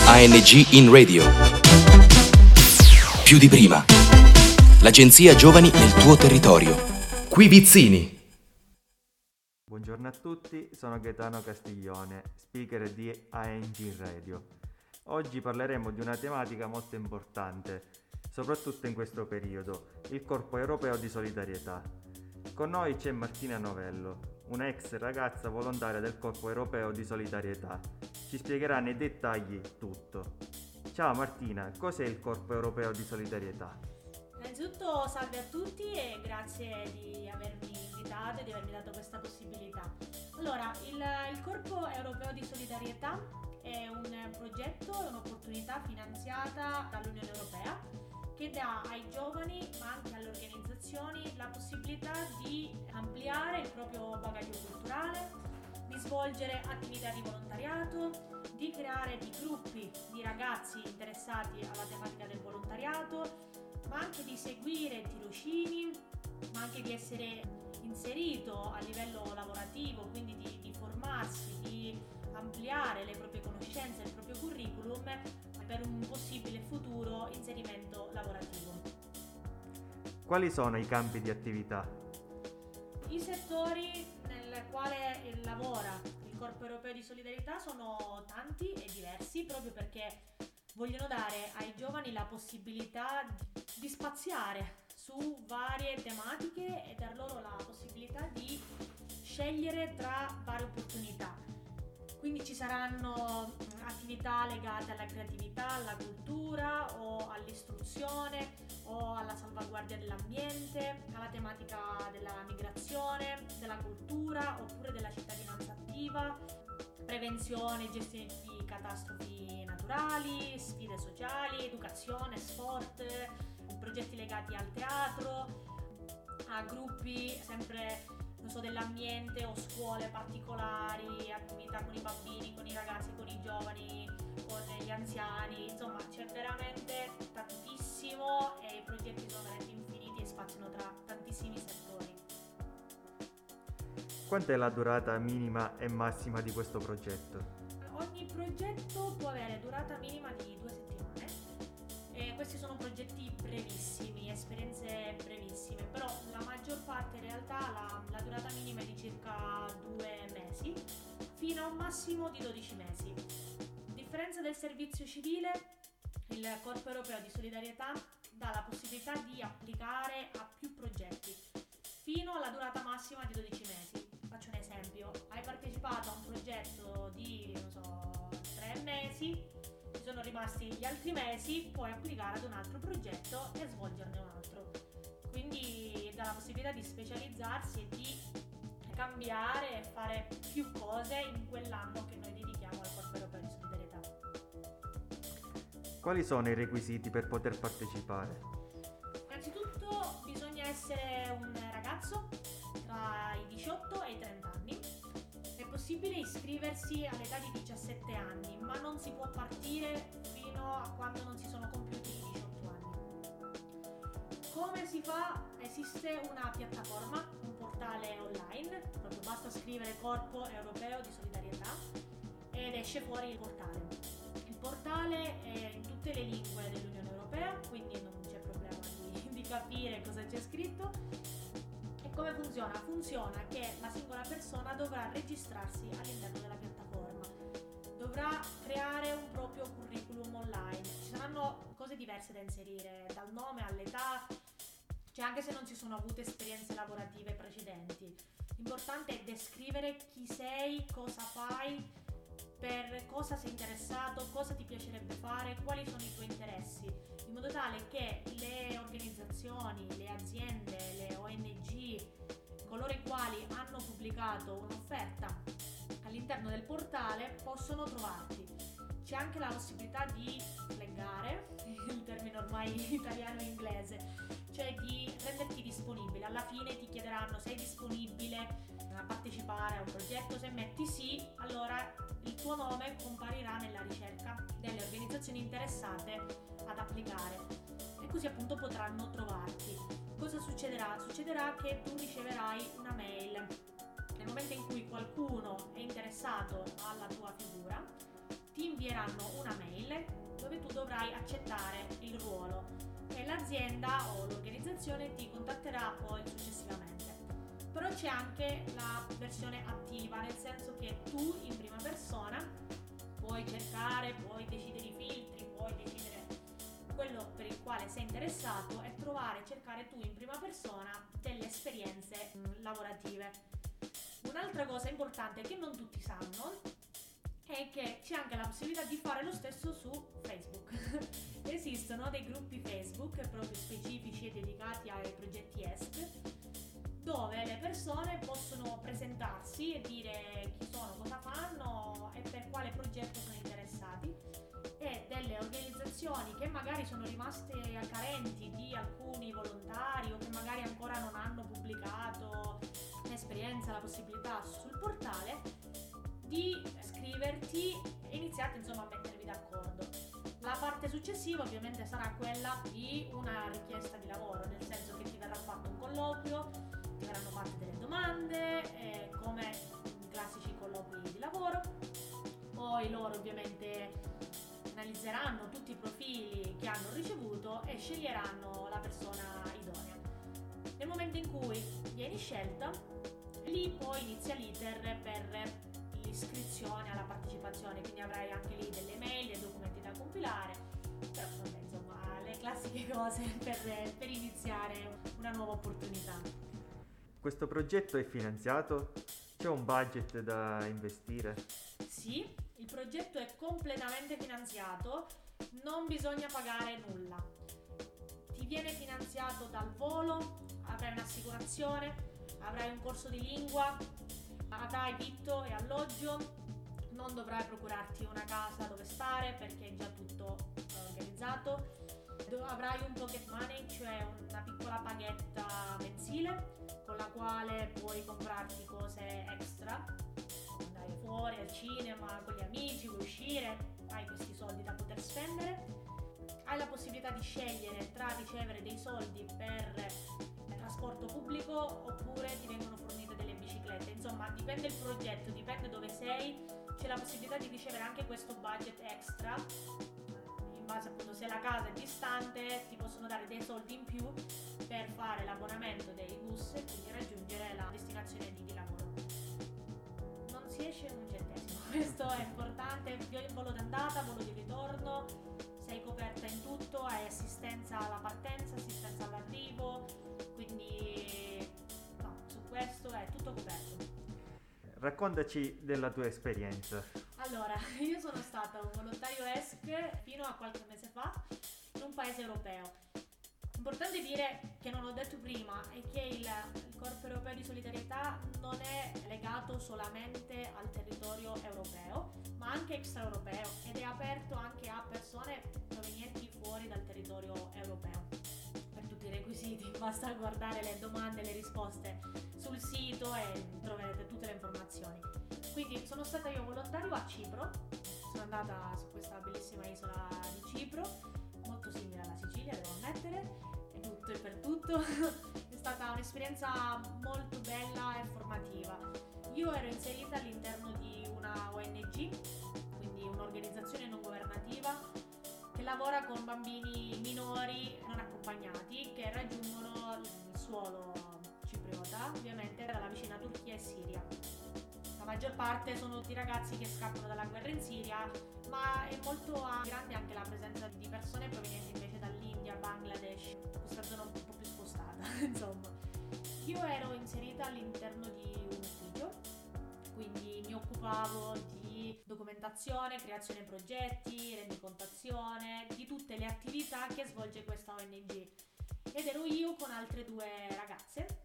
ANG in radio. Più di prima. L'agenzia Giovani nel tuo territorio. Qui Vizzini. Buongiorno a tutti, sono Gaetano Castiglione, speaker di ANG in radio. Oggi parleremo di una tematica molto importante, soprattutto in questo periodo, il Corpo Europeo di Solidarietà. Con noi c'è Martina Novello, una ex ragazza volontaria del Corpo Europeo di Solidarietà. Ci spiegherà nei dettagli tutto. Ciao Martina, cos'è il Corpo Europeo di Solidarietà? Innanzitutto salve a tutti e grazie di avermi invitato e di avermi dato questa possibilità. Allora, il Corpo Europeo di Solidarietà è un progetto, è un'opportunità finanziata dall'Unione Europea che dà ai giovani ma anche alle organizzazioni la possibilità di ampliare il proprio bagaglio culturale, di svolgere attività di volontariato, di creare dei gruppi di ragazzi interessati alla tematica del volontariato, ma anche di seguire tirocini, ma anche di essere inserito a livello lavorativo, quindi di formarsi, di ampliare le proprie conoscenze, il proprio curriculum per un possibile futuro inserimento lavorativo. Quali sono i campi di attività? I settori nel quale lavora il Corpo Europeo di Solidarietà sono tanti e diversi, proprio perché vogliono dare ai giovani la possibilità di spaziare su varie tematiche e dar loro la possibilità di scegliere tra varie opportunità. Quindi ci saranno attività legate alla creatività, alla cultura o all'istruzione o alla salvaguardia dell'ambiente, alla tematica della migrazione, della cultura oppure della cittadinanza attiva, prevenzione e gestione di catastrofi naturali, sfide sociali, educazione, sport, progetti legati al teatro, a gruppi sempre dell'ambiente o scuole particolari, attività con i bambini, con i ragazzi, con i giovani, con gli anziani, insomma c'è veramente tantissimo e i progetti sono veramente infiniti e spaziano tra tantissimi settori. Quant'è la durata minima e massima di questo progetto? Ogni progetto può avere durata minima di 2 settimane e questi sono progetti brevissimi, esperienze brevissime, però la maggior parte in realtà la durata minima è di circa 2 mesi fino a un massimo di 12 mesi. A differenza del servizio civile, il Corpo Europeo di Solidarietà dà la possibilità di applicare a più progetti fino alla durata massima di 12 mesi. Faccio un esempio: hai partecipato a un progetto di 3 mesi, ci sono rimasti gli altri mesi, puoi applicare ad un altro progetto e svolgerne un altro. Quindi dà la possibilità di specializzarsi e di cambiare e fare più cose in quell'anno che noi dedichiamo al Corpo Europeo di Solidarietà. Quali sono i requisiti per poter partecipare? Innanzitutto bisogna essere un ragazzo tra i 18 e i 30 anni. È possibile iscriversi all'età di 17 anni, ma non si può partire fino a quando non si sono compiuti i 18 anni. Come si fa? Esiste una piattaforma, un portale online, proprio basta scrivere Corpo Europeo di Solidarietà ed esce fuori il portale. Il portale è in tutte le lingue dell'Unione Europea, quindi non c'è problema di capire cosa c'è scritto. E come funziona? Funziona che la singola persona dovrà registrarsi all'interno della piattaforma, dovrà creare un proprio curriculum online. Ci saranno cose diverse da inserire, dal nome all'età, cioè anche se non si sono avute esperienze lavorative precedenti. L'importante è descrivere chi sei, cosa fai, per cosa sei interessato, cosa ti piacerebbe fare, quali sono i tuoi interessi, in modo tale che le organizzazioni, le aziende, le ONG, coloro i quali hanno pubblicato un'offerta all'interno del portale possono trovarti. C'è anche la possibilità di flaggare, il termine ormai italiano e inglese, cioè di renderti disponibile. Alla fine ti chiederanno: sei disponibile a partecipare a un progetto? Se metti sì, allora il tuo nome comparirà nella ricerca delle organizzazioni interessate ad applicare e così appunto potranno trovarti. Cosa succederà? Succederà che tu riceverai una mail. Nel momento in cui qualcuno è interessato alla tua figura, ti invieranno una mail mail dove tu dovrai accettare il ruolo e l'azienda o l'organizzazione ti contatterà poi successivamente. Però c'è anche la versione attiva, nel senso che tu in prima persona puoi cercare, puoi decidere i filtri, puoi decidere quello per il quale sei interessato e provare a cercare tu in prima persona delle esperienze lavorative. Un'altra cosa importante che non tutti sanno è che c'è anche la possibilità di fare lo stesso su Facebook. Esistono dei gruppi Facebook proprio specifici e dedicati ai progetti ESC, dove le persone possono presentarsi e dire chi sono, cosa fanno e per quale progetto sono interessati, e delle organizzazioni che magari sono rimaste carenti di alcuni volontari o che magari ancora non hanno pubblicato l'esperienza, la possibilità sul portale, di scriverti e iniziate insomma a mettervi d'accordo. La parte successiva ovviamente sarà quella di una richiesta di lavoro, nel senso che ti verrà fatto un colloquio, ti verranno fatte delle domande, come i classici colloqui di lavoro. Poi loro ovviamente analizzeranno tutti i profili che hanno ricevuto e sceglieranno la persona idonea. Nel momento in cui vieni scelta, lì poi inizia l'iter per l'iscrizione alla partecipazione, quindi avrai anche lì delle mail, dei documenti da compilare, però vabbè, insomma le classiche cose per iniziare una nuova opportunità. Questo progetto è finanziato? C'è un budget da investire? Sì, il progetto è completamente finanziato, non bisogna pagare nulla. Ti viene finanziato dal volo, avrai un'assicurazione, avrai un corso di lingua, avrai vitto e alloggio, non dovrai procurarti una casa dove stare perché è già tutto organizzato. Avrai un pocket money, cioè una piccola paghetta mensile con la quale puoi comprarti cose extra, andare fuori al cinema con gli amici, vuoi uscire, hai questi soldi da poter spendere. Hai la possibilità di scegliere tra ricevere dei soldi per trasporto pubblico oppure ti vengono fornite delle biciclette. Insomma, dipende il progetto, dipende dove sei, c'è la possibilità di ricevere anche questo budget extra. In base appunto, se la casa è distante ti possono dare dei soldi in più per fare l'abbonamento dei bus e quindi raggiungere la destinazione di lavoro. Non si esce un centesimo, questo è importante. Volo d'andata, volo di ritorno, sei coperta in tutto, hai assistenza alla partenza, assistenza all'arrivo, quindi no, su questo è tutto coperto. Raccontaci della tua esperienza. Allora, io sono stata un volontario ESC fino a qualche mese fa in un paese europeo. Importante dire, che non ho detto prima, è che il Corpo Europeo di Solidarietà non è legato solamente al territorio europeo, ma anche extraeuropeo, ed è aperto anche a persone provenienti fuori dal territorio europeo. Per tutti i requisiti basta guardare le domande e le risposte sul sito e troverete tutte le informazioni. Quindi sono stata io volontario a Cipro, sono andata su questa bellissima isola di Cipro, molto simile alla Sicilia, devo ammettere, e tutto e per tutto. È stata un'esperienza molto bella e formativa. Io ero inserita all'interno di una ONG, quindi un'organizzazione non governativa che lavora con bambini minori non accompagnati che raggiungono il suolo cipriota, ovviamente dalla vicina Turchia e Siria. La maggior parte sono tutti ragazzi che scappano dalla guerra in Siria, ma è molto grande anche la presenza di persone provenienti invece dall'India, Bangladesh, questa zona un po' più spostata, insomma. Io ero inserita all'interno di un ufficio, quindi mi occupavo di documentazione, creazione progetti, rendicontazione, di tutte le attività che svolge questa ONG. Ed ero io con altre due ragazze,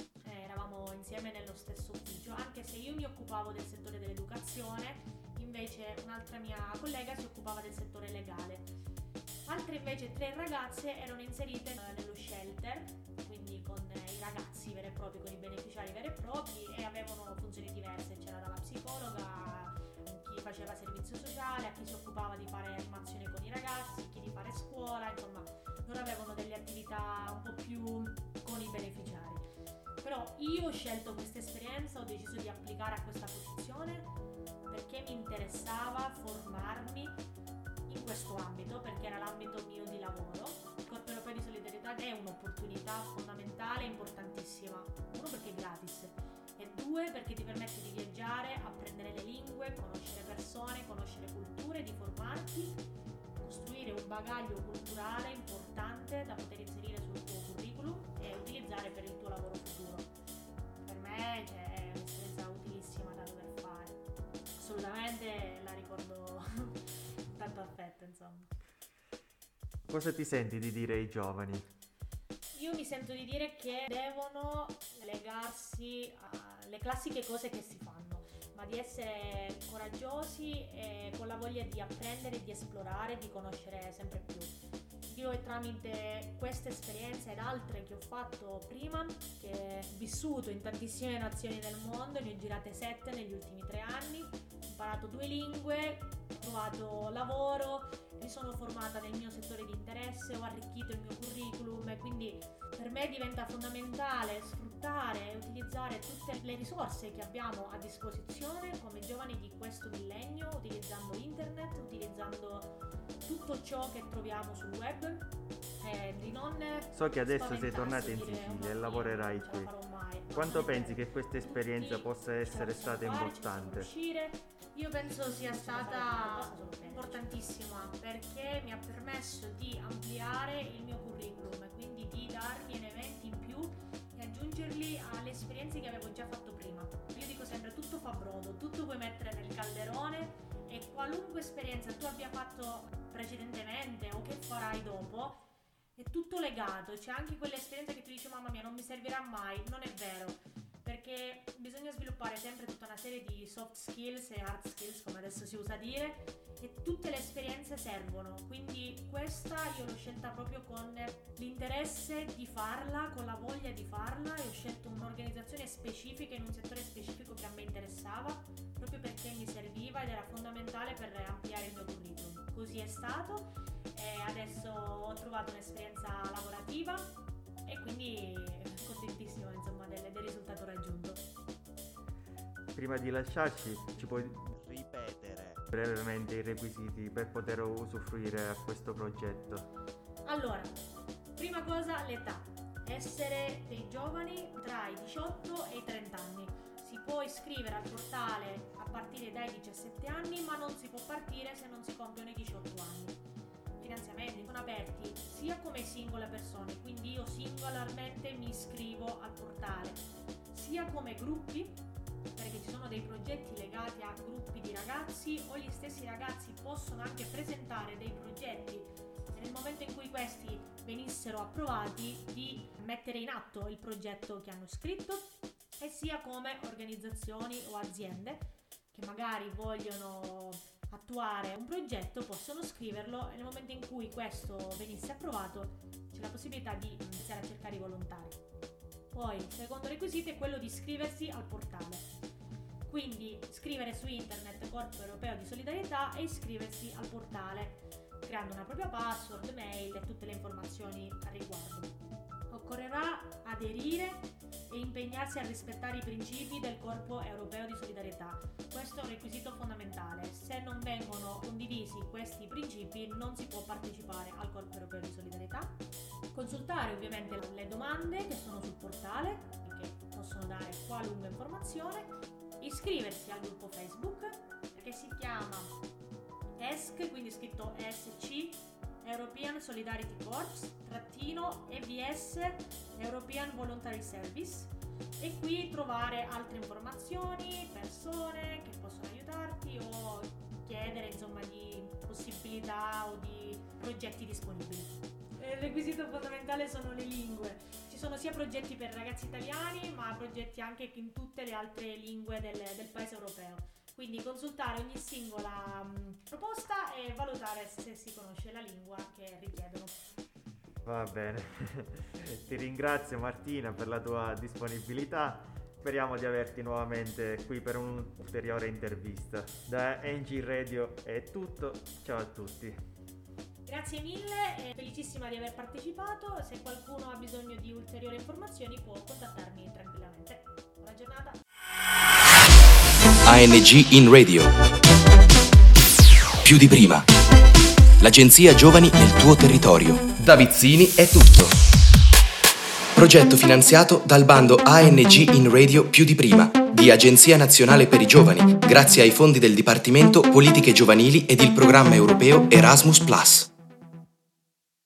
eravamo insieme nello stesso ufficio, anche se io mi occupavo del settore dell'educazione, invece un'altra mia collega si occupava del settore legale. Altre invece 3 ragazze erano inserite nello shelter, quindi con i ragazzi veri e propri, con i beneficiari veri e propri, e avevano funzioni diverse, c'era dalla psicologa, chi faceva servizio sociale, a chi si occupava di fare animazione con i ragazzi, chi di fare scuola, insomma loro avevano delle attività un po' più con i beneficiari. Però io ho scelto questa esperienza, ho deciso di applicare a questa posizione perché mi interessava formarmi in questo ambito, perché era l'ambito mio di lavoro. Il Corpo Europeo di Solidarietà è un'opportunità fondamentale e importantissima. Uno, perché è gratis, e due, perché ti permette di viaggiare, apprendere le lingue, conoscere persone, conoscere culture, di formarti, costruire un bagaglio culturale importante da poter inserire sul tuo curriculum e utilizzare per il tuo lavoro futuro. Per me è un'esperienza utilissima da dover fare. Assolutamente la ricordo tanto affetto, insomma. Cosa ti senti di dire ai giovani? Io mi sento di dire che devono legarsi alle classiche cose che si fanno, ma di essere coraggiosi e con la voglia di apprendere, di esplorare, di conoscere sempre più. Io tramite questa esperienza ed altre che ho fatto prima, che ho vissuto in tantissime nazioni del mondo, ne ho girate 7 negli ultimi 3 anni, ho imparato 2 lingue, ho trovato lavoro, mi sono formata nel mio settore di interesse, ho arricchito il mio curriculum e quindi per me diventa fondamentale sfruttare e utilizzare tutte le risorse che abbiamo a disposizione come giovani di questo millennio, utilizzando internet, utilizzando tutto ciò che troviamo sul web, di non so che adesso sei tornata in Sicilia e lavorerai qui. Quanto pensi che questa esperienza possa essere stata importante? Io penso sia stata importantissima perché mi ha permesso di ampliare il mio curriculum, quindi di darmi elementi in più e aggiungerli alle esperienze che avevo già fatto prima. Io dico sempre, tutto fa brodo, tutto puoi mettere nel calderone e qualunque esperienza tu abbia fatto precedentemente o che farai dopo è tutto legato. C'è anche quell'esperienza che tu dici mamma mia non mi servirà mai, non è vero, perché bisogna sviluppare sempre tutta una serie di soft skills e hard skills, come adesso si usa dire, e tutte le esperienze servono. Quindi questa io l'ho scelta proprio con l'interesse di farla, con la voglia di farla, e ho scelto un'organizzazione specifica in un settore specifico che a me interessava, proprio perché mi serviva ed era fondamentale per ampliare il mio curriculum. Così è stato e adesso ho trovato un'esperienza lavorativa e quindi contentissima, insomma, del risultato raggiunto. Prima di lasciarci, ci puoi ripetere brevemente i requisiti per poter usufruire a questo progetto? Allora, prima cosa, l'età. Essere dei giovani tra i 18 e i 30 anni. Si può iscrivere al portale a partire dai 17 anni, ma non si può partire se non si compiono i 18 anni. Finanziamenti sono aperti sia come singole persone, quindi io singolarmente mi iscrivo al portale, sia come gruppi, perché ci sono dei progetti legati a gruppi di ragazzi, o gli stessi ragazzi possono anche presentare dei progetti e nel momento in cui questi venissero approvati di mettere in atto il progetto che hanno scritto, e sia come organizzazioni o aziende che magari vogliono attuare un progetto, possono scriverlo e nel momento in cui questo venisse approvato c'è la possibilità di iniziare a cercare i volontari. Poi il secondo requisito è quello di iscriversi al portale, quindi scrivere su internet Corpo Europeo di Solidarietà e iscriversi al portale creando una propria password, mail e tutte le informazioni a riguardo. Occorrerà aderire e impegnarsi a rispettare i principi del Corpo Europeo di Solidarietà. Questo è un requisito fondamentale. Se non vengono condivisi questi principi non si può partecipare al Corpo Europeo di Solidarietà. Consultare ovviamente le domande che sono sul portale e che possono dare qualunque informazione. Iscriversi al gruppo Facebook che si chiama ESC, quindi scritto ESC, European Solidarity Corps -EVS European Voluntary Service, e qui trovare altre informazioni, persone che possono aiutarti o chiedere insomma di possibilità o di progetti disponibili. Il requisito fondamentale sono le lingue. Ci sono sia progetti per ragazzi italiani ma progetti anche in tutte le altre lingue del paese europeo. Quindi consultare ogni singola proposta e valutare se si conosce la lingua che richiedono. Va bene, ti ringrazio Martina per la tua disponibilità, speriamo di averti nuovamente qui per un'ulteriore intervista. Da ENGIE Radio è tutto, ciao a tutti. Grazie mille, felicissima di aver partecipato, se qualcuno ha bisogno di ulteriori informazioni può contattarmi tranquillamente. Buona giornata. ANG in radio. Più di prima. l'agenzia Giovani nel tuo territorio. Da Vizzini è tutto. Progetto finanziato dal bando ANG in Radio più di prima di Agenzia Nazionale per i Giovani, grazie ai fondi del Dipartimento Politiche Giovanili ed il programma europeo Erasmus+.